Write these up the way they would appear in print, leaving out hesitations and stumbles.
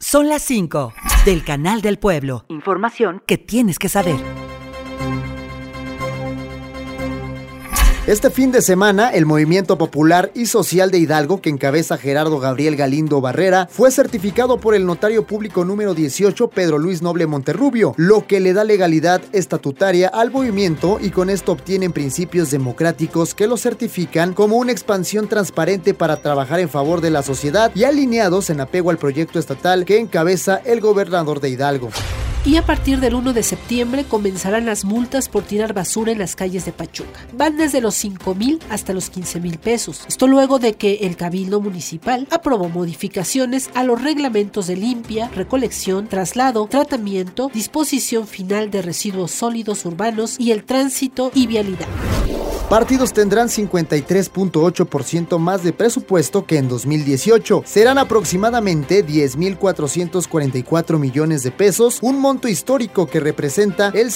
Son las 5 del Canal del Pueblo. Información que tienes que saber. Este fin de semana, el Movimiento Popular y Social de Hidalgo, que encabeza Gerardo Gabriel Galindo Barrera, fue certificado por el notario público número 18, Pedro Luis Noble Monterrubio, lo que le da legalidad estatutaria al movimiento y con esto obtienen principios democráticos que lo certifican como una expansión transparente para trabajar en favor de la sociedad y alineados en apego al proyecto estatal que encabeza el gobernador de Hidalgo. Y a partir del 1 de septiembre comenzarán las multas por tirar basura en las calles de Pachuca. Van desde los 5,000 hasta los 15,000 pesos. Esto luego de que el Cabildo Municipal aprobó modificaciones a los reglamentos de limpia, recolección, traslado, tratamiento, disposición final de residuos sólidos urbanos y el tránsito y vialidad. Partidos tendrán 53.8% más de presupuesto que en 2018. Serán aproximadamente 10,444 millones de pesos, un monto histórico que representa el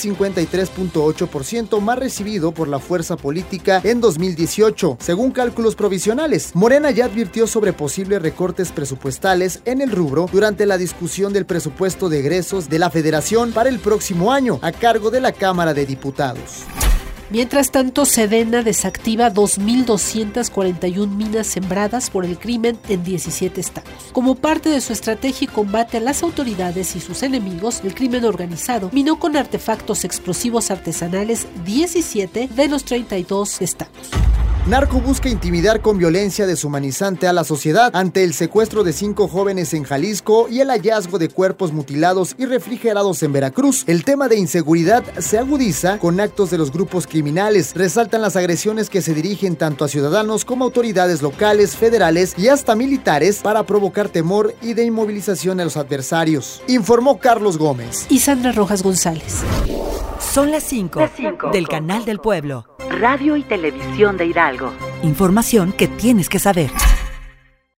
53.8% más recibido por la fuerza política en 2018, según cálculos provisionales. Morena ya advirtió sobre posibles recortes presupuestales en el rubro durante la discusión del presupuesto de egresos de la Federación para el próximo año, a cargo de la Cámara de Diputados. Mientras tanto, Sedena desactiva 2,241 minas sembradas por el crimen en 17 estados. Como parte de su estrategia y combate a las autoridades y sus enemigos, el crimen organizado minó con artefactos explosivos artesanales 17 de los 32 estados. Narco busca intimidar con violencia deshumanizante a la sociedad ante el secuestro de 5 jóvenes en Jalisco y el hallazgo de cuerpos mutilados y refrigerados en Veracruz. El tema de inseguridad se agudiza con actos de los grupos criminales. Resaltan las agresiones que se dirigen tanto a ciudadanos como a autoridades locales, federales y hasta militares para provocar temor y de inmovilización a los adversarios. Informó Carlos Gómez y Sandra Rojas González. Son las 5 del Canal del Pueblo. Radio y Televisión de Hidalgo. Información que tienes que saber.